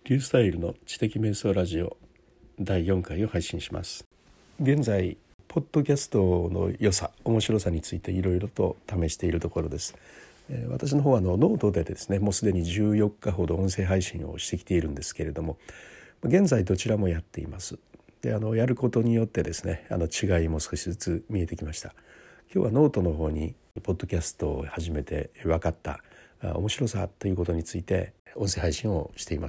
リュースタイルの知的瞑想ラジオ第4回を配信します。現在ポッドキャストの良さ、面白さについていろいろと試しているところです。私の方はノートでですね、もうすでに14日ほど音声配信をしてきているんですけれども、現在どちらもやっています。でやることによってですね、違いも少しずつ見えてきました。今日はノートの方にポッドキャストを始めて分かった面白さということについて音声配信をしています。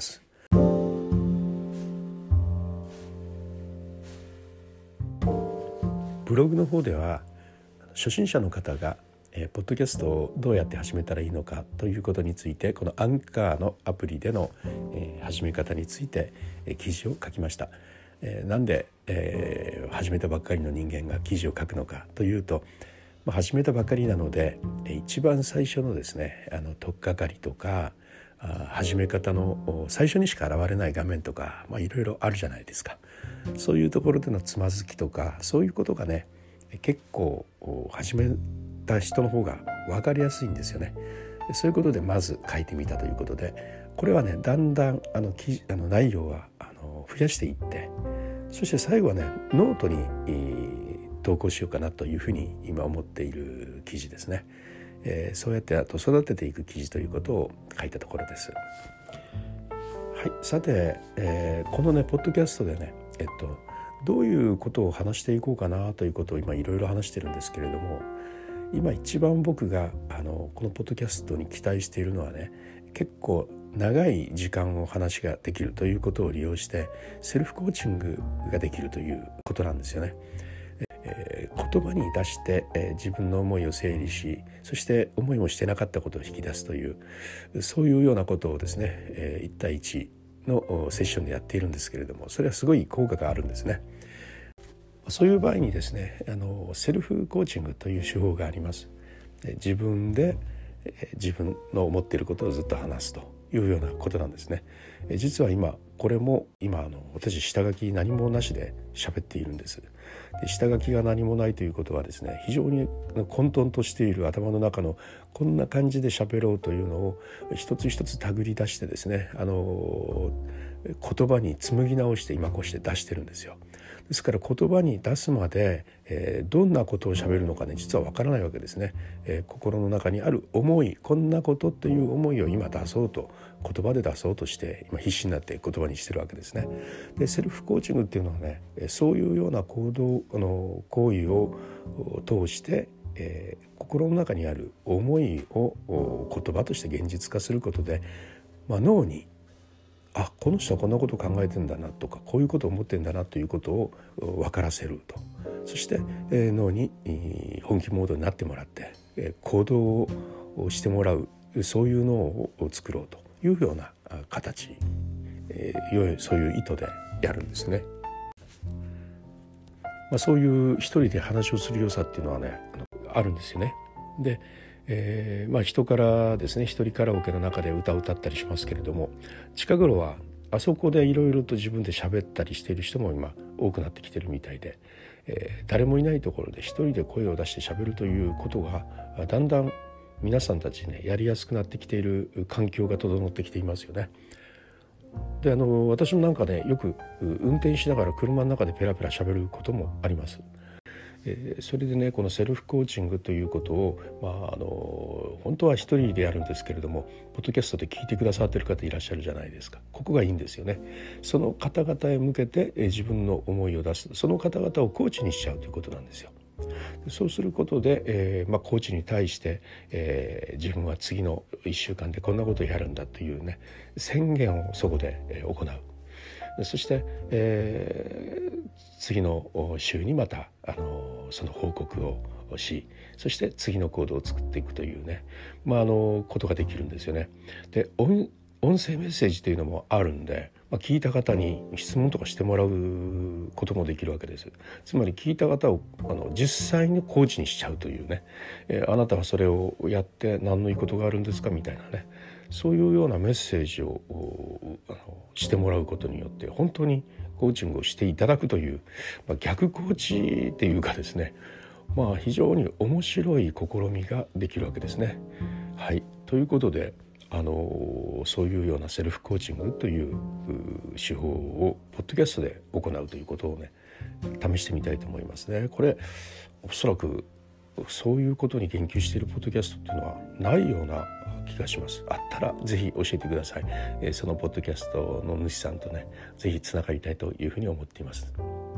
ブログの方では初心者の方がポッドキャストをどうやって始めたらいいのかということについて、このアンカーのアプリでの始め方について記事を書きました。なんで始めたばっかりの人間が記事を書くのかというと、始めたばかりなので一番最初のですね取っかかりとか始め方の最初にしか現れない画面とか、いろいろあるじゃないですか。そういうところでのつまずきとか、そういうことがね結構始めた人の方が分かりやすいんですよね。そういうことでまず書いてみたということで、これはねだんだん内容は増やしていって、そして最後はねノートに投稿しようかなというふうに今思っている記事ですね。そうやって育てていく記事ということを書いたところです。はい、さて、このねポッドキャストでね、どういうことを話していこうかなということを今いろいろ話してるんですけれども、今一番僕がこのポッドキャストに期待しているのはね、結構長い時間を話ができるということを利用してセルフコーチングができるということなんですよね。言葉に出して、自分の思いを整理し、そして思いもしてなかったことを引き出すという、そういうようなことをですね、1対1のセッションでやっているんですけれども、それはすごい効果があるんですね。そういう場合にですね、セルフコーチングという手法があります。自分で自分の思っていることをずっと話すというようなことなんですね。実はこれも私下書き何もなしで喋っているんです。で下書きが何もないということはですね、非常に混沌としている頭の中のこんな感じで喋ろうというのを一つ一つ手繰り出してですね、言葉に紡ぎ直して今こうして出してるんですよ。ですから言葉に出すまで、どんなことを喋るのかね実はわからないわけですね。心の中にある思い、こんなことという思いを今出そうと、言葉で出そうとして今必死になって言葉にしてるわけですね。でセルフコーチングっていうのはね、そういうような行為を通して、心の中にある思いを言葉として現実化することで、脳にこの人はこんなことを考えてんだなとか、こういうことを思ってんだなということを分からせると。そして、脳に本気モードになってもらって、行動をしてもらう、そういう脳を作ろうというような形、そういう意図でやるんですね。そういう一人で話をする良さっていうのはねあるんですよね。で人からですね、一人カラオケの中で歌を歌ったりしますけれども、近頃はあそこでいろいろと自分で喋ったりしている人も今多くなってきてるみたいで、誰もいないところで一人で声を出して喋るということがだんだん皆さんたちねやりやすくなってきている環境が整ってきていますよね。で私もよく運転しながら車の中でペラペラ喋ることもあります。それでねこのセルフコーチングということを、本当は一人でやるんですけれども、ポッドキャストで聞いてくださっている方いらっしゃるじゃないですか。ここがいいんですよね。その方々へ向けて自分の思いを出す、その方々をコーチにしちゃうということなんですよ。そうすることで、コーチに対して、自分は次の1週間でこんなことをやるんだというね宣言をそこで、行う。そして、次の週にまたその報告をし、そして次の行動を作っていくというね、ことができるんですよね。で音声メッセージというのもあるんで、聞いた方に質問とかしてもらうこともできるわけです。つまり聞いた方を実際にコーチにしちゃうというね、あなたはそれをやって何のいいことがあるんですかみたいなね、そういうようなメッセージをしてもらうことによって本当にコーチングをしていただくという、逆コーチっていうかですね、非常に面白い試みができるわけですね。はい、ということでそういうようなセルフコーチングという手法をポッドキャストで行うということをね試してみたいと思いますね。これおそらくそういうことに言及しているポッドキャストっていうのはないような気がします。あったらぜひ教えてください。そのポッドキャストの主さんとねぜひつながりたいというふうに思っています。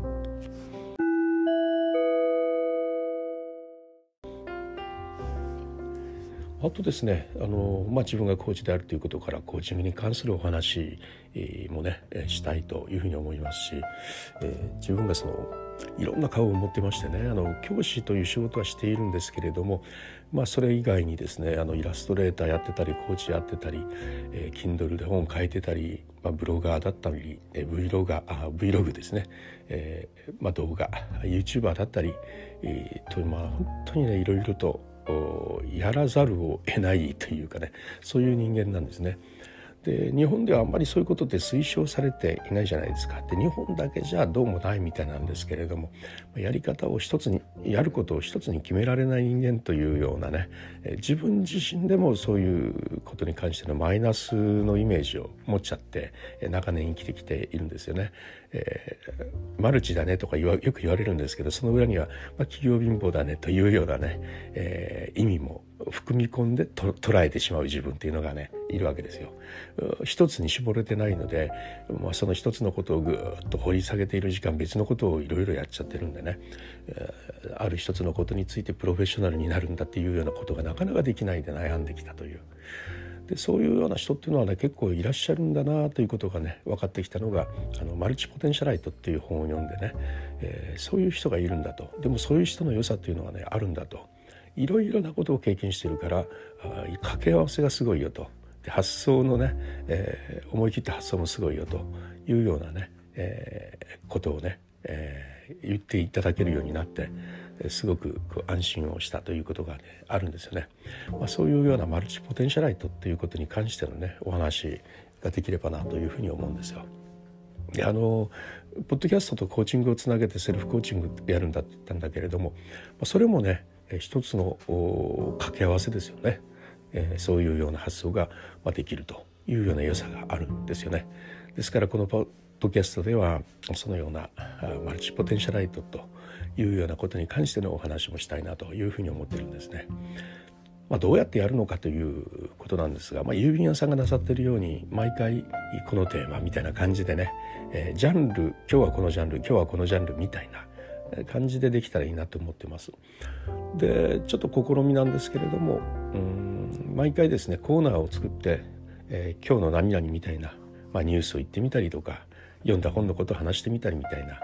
あとですね、自分がコーチであるということからコーチングに関するお話もねしたいというふうに思いますし、自分がいろんな顔を持ってましてね、教師という仕事はしているんですけれども、それ以外にですねイラストレーターやってたりコーチやってたり、Kindle で本書いてたり、ブロガーだったり、Vlog ですね、動画 YouTuber だったり、本当にねいろいろとやらざるを得ないというかね、そういう人間なんですね。で日本ではあんまりそういうことって推奨されていないじゃないですか。で日本だけじゃどうもないみたいなんですけれども、やり方を一つにやることを一つに決められない人間というようなね、自分自身でもそういうことに関してのマイナスのイメージを持っちゃって長年生きてきているんですよね。マルチだねとかよく言われるんですけど、その裏には、企業貧乏だねというようなね、意味も含み込んで捉えてしまう自分っていうのがねいるわけですよ。一つに絞れてないので、その一つのことをぐーっと掘り下げている時間、別のことをいろいろやっちゃってるんでね、ある一つのことについてプロフェッショナルになるんだっていうようなことがなかなかできないで悩んできたという。でそういうような人っていうのはね結構いらっしゃるんだなということがね分かってきたのがマルチポテンシャライトっていう本を読んでね、そういう人がいるんだと。でもそういう人の良さっていうのはねあるんだと。いろいろなことを経験しているから掛け合わせがすごいよと。で発想のね、思い切った発想もすごいよというようなね、ことをね、言っていただけるようになってすごく安心をしたということが、ね、あるんですよね。そういうようなマルチポテンシャライトっていうことに関してのねお話ができればなというふうに思うんですよ。でポッドキャストとコーチングをつなげてセルフコーチングやるんだって言ったんだけれども、それもね一つの掛け合わせですよね。そういうような発想ができるというような良さがあるんですよね。ですからこのポッドキャストではそのようなマルチポテンシャライトというようなことに関してのお話もしたいなというふうに思ってるんですね。どうやってやるのかということなんですが、郵便屋さんがなさっているように毎回このテーマみたいな感じでね、ジャンル今日はこのジャンル今日はこのジャンルみたいな感じでできたらいいなと思ってます。でちょっと試みなんですけれども、毎回ですねコーナーを作って、今日の何々みたいな、ニュースを言ってみたりとか読んだ本のことを話してみたりみたいな、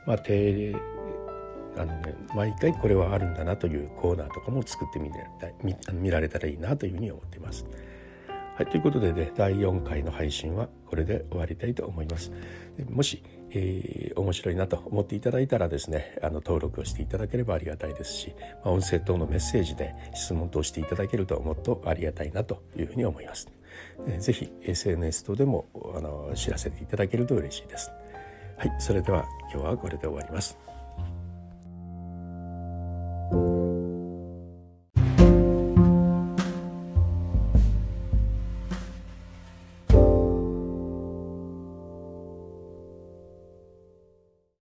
毎回これはあるんだなというコーナーとかも作って見られたらいいなというふうに思っています。はい、ということで、ね、第4回の配信はこれで終わりたいと思います。もし、面白いなと思っていただいたらですね登録をしていただければありがたいですし、音声等のメッセージで質問等していただけるともっとありがたいなというふうに思います。ぜひ SNS 等でも知らせていただけると嬉しいです。はい、それでは今日はこれで終わります。